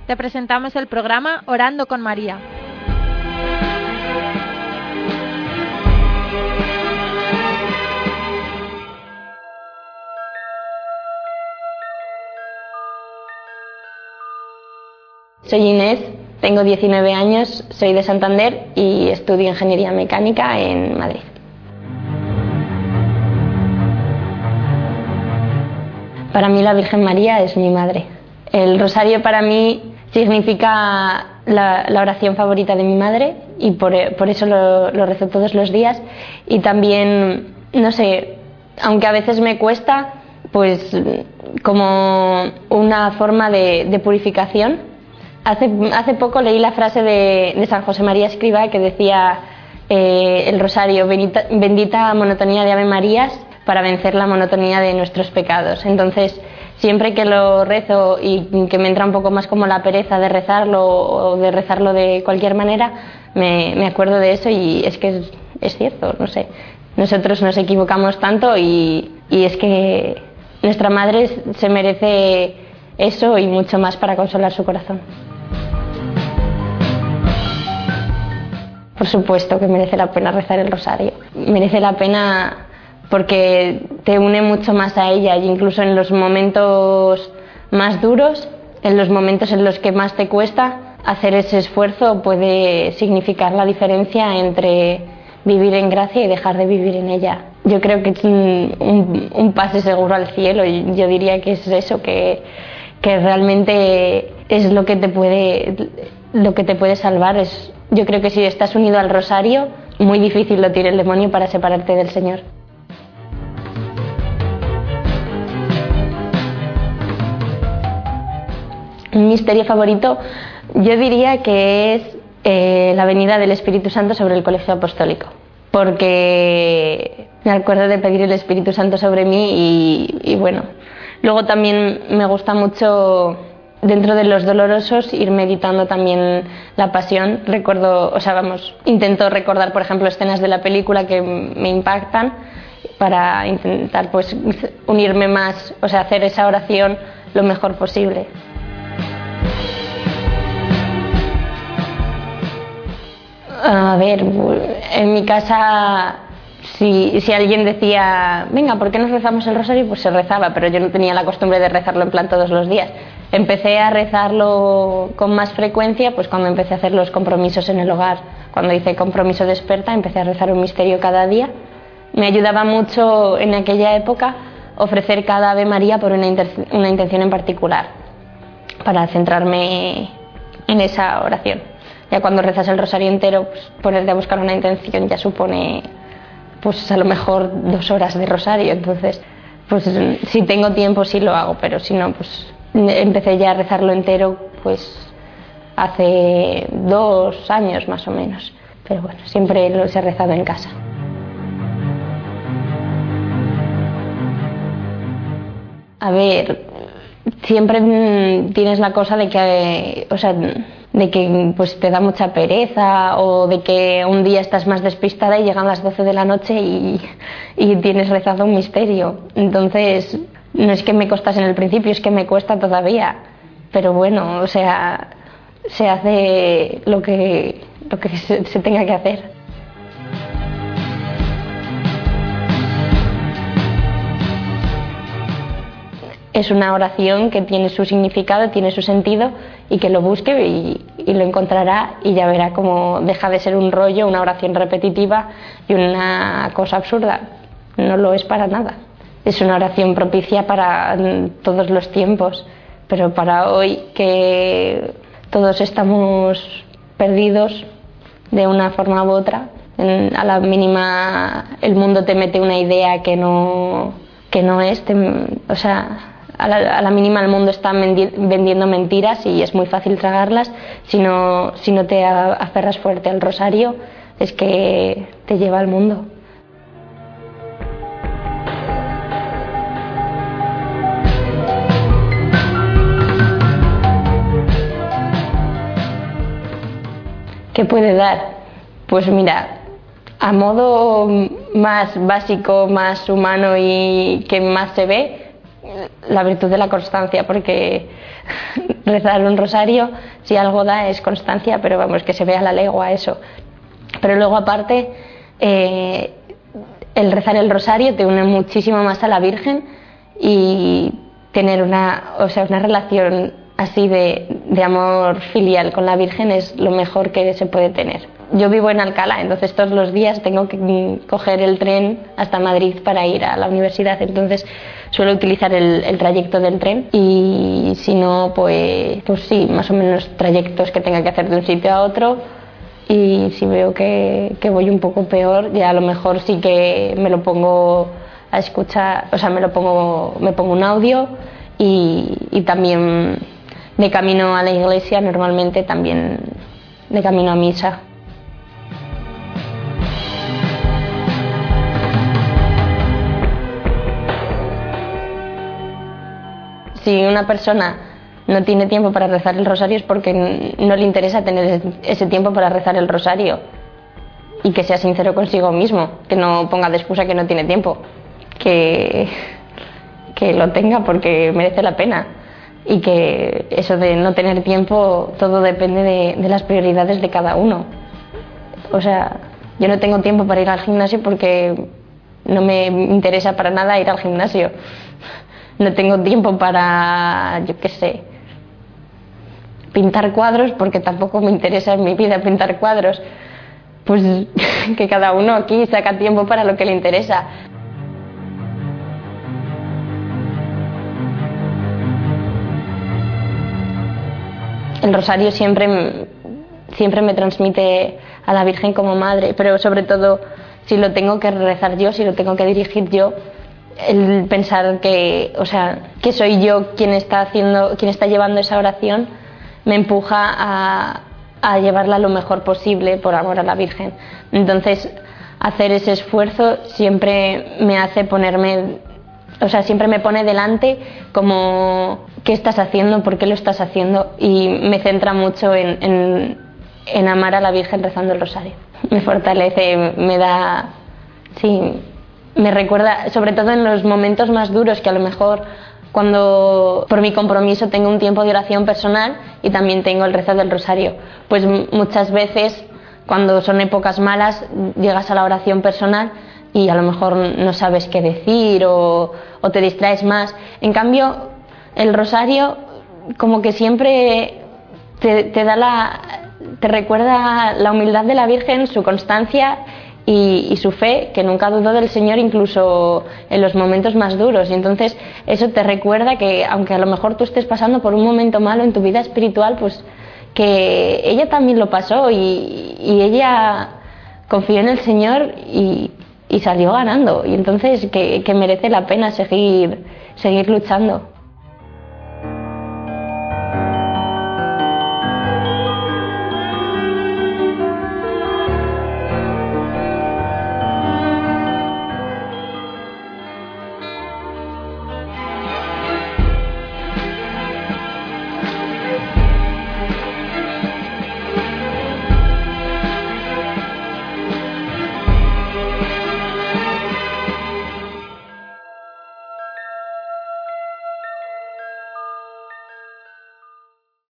Te presentamos el programa Orando con María. Soy Inés, tengo 19 años, soy de Santander y estudio Ingeniería Mecánica en Madrid. Para mí la Virgen María es mi madre. El rosario para mí significa la oración favorita de mi madre y por eso lo rezo todos los días. Y también, no sé, aunque a veces me cuesta, pues como una forma de purificación. Hace poco leí la frase de San José María Escrivá que decía el rosario, bendita monotonía de Ave Marías para vencer la monotonía de nuestros pecados. Entonces, siempre que lo rezo y que me entra un poco más como la pereza de rezarlo o de rezarlo de cualquier manera, me acuerdo de eso y es que es cierto, no sé. Nosotros nos equivocamos tanto y es que nuestra madre se merece eso y mucho más para consolar su corazón. Por supuesto que merece la pena rezar el rosario. Merece la pena porque te une mucho más a ella, y incluso en los momentos más duros, en los momentos en los que más te cuesta, hacer ese esfuerzo puede significar la diferencia entre vivir en gracia y dejar de vivir en ella. Yo creo que es un pase seguro al cielo, y yo diría que es eso, que realmente es lo que te puede salvar. Yo creo que si estás unido al rosario, muy difícil lo tiene el demonio para separarte del Señor. Un misterio favorito, yo diría que es la venida del Espíritu Santo sobre el Colegio Apostólico, porque me acuerdo de pedir el Espíritu Santo sobre mí y bueno, luego también me gusta mucho, dentro de los dolorosos, ir meditando también la pasión. Intento recordar, por ejemplo, escenas de la película que me impactan para intentar pues unirme más, hacer esa oración lo mejor posible. A ver, en mi casa, si alguien decía, venga, ¿por qué no rezamos el rosario? Pues se rezaba, pero yo no tenía la costumbre de rezarlo en plan todos los días. Empecé a rezarlo con más frecuencia pues cuando empecé a hacer los compromisos en el hogar. Cuando hice compromiso de experta, empecé a rezar un misterio cada día. Me ayudaba mucho en aquella época ofrecer cada Ave María por una intención en particular, para centrarme en esa oración. Ya cuando rezas el rosario entero, pues ponerte a buscar una intención ya supone pues a lo mejor 2 horas de rosario. Entonces, pues si tengo tiempo sí lo hago, pero si no, pues empecé ya a rezarlo entero pues hace 2 años más o menos. Pero bueno, siempre lo he rezado en casa. A ver, siempre tienes la cosa de que, pues te da mucha pereza, o de que un día estás más despistada y llegan las 12 de la noche y tienes rezado un misterio. Entonces, no es que me costase en el principio, es que me cuesta todavía. Pero bueno, se hace lo que se tenga que hacer. Es una oración que tiene su significado, tiene su sentido, y que lo busque y lo encontrará, y ya verá cómo deja de ser un rollo, una oración repetitiva y una cosa absurda. No lo es para nada. Es una oración propicia para todos los tiempos, pero para hoy, que todos estamos perdidos de una forma u otra, a la mínima el mundo te mete una idea que no es, a la mínima el mundo está vendiendo mentiras y es muy fácil tragarlas. Si no te aferras fuerte al rosario, es que te lleva al mundo. ¿Qué puede dar? Pues mira, a modo más básico, más humano y que más se ve, la virtud de la constancia, porque rezar un rosario, si algo da, es constancia, pero vamos, que se vea a la legua eso. Pero luego aparte, el rezar el rosario te une muchísimo más a la Virgen, y tener una relación así de amor filial con la Virgen es lo mejor que se puede tener. Yo vivo en Alcalá, entonces todos los días tengo que coger el tren hasta Madrid para ir a la universidad, entonces suelo utilizar el trayecto del tren, y si no, pues sí, más o menos trayectos que tenga que hacer de un sitio a otro, y si veo que voy un poco peor, ya a lo mejor sí que me lo pongo a escuchar, o sea, me pongo un audio, y también de camino a la iglesia, normalmente también de camino a misa. Si una persona no tiene tiempo para rezar el rosario es porque no le interesa tener ese tiempo para rezar el rosario, y que sea sincero consigo mismo, que no ponga de excusa que no tiene tiempo, que lo tenga porque merece la pena, y que eso de no tener tiempo, todo depende de las prioridades de cada uno. O sea, yo no tengo tiempo para ir al gimnasio porque no me interesa para nada ir al gimnasio. No tengo tiempo para, yo qué sé, pintar cuadros porque tampoco me interesa en mi vida pintar cuadros. Pues que cada uno aquí saca tiempo para lo que le interesa. El rosario siempre me transmite a la Virgen como madre, pero sobre todo si lo tengo que rezar yo, si lo tengo que dirigir yo, el pensar que soy yo quien está llevando esa oración, me empuja a llevarla lo mejor posible por amor a la Virgen. Entonces, hacer ese esfuerzo siempre me hace siempre me pone delante como ¿qué estás haciendo? ¿Por qué lo estás haciendo? Y me centra mucho en amar a la Virgen rezando el rosario. Me fortalece, me recuerda, sobre todo en los momentos más duros, que a lo mejor cuando por mi compromiso tengo un tiempo de oración personal y también tengo el rezo del rosario, pues muchas veces cuando son épocas malas llegas a la oración personal y a lo mejor no sabes qué decir o te distraes más. En cambio, el rosario como que siempre te recuerda la humildad de la Virgen, su constancia y su fe, que nunca dudó del Señor incluso en los momentos más duros. Y entonces eso te recuerda que aunque a lo mejor tú estés pasando por un momento malo en tu vida espiritual, pues que ella también lo pasó y ella confió en el Señor y salió ganando. Y entonces que merece la pena seguir luchando.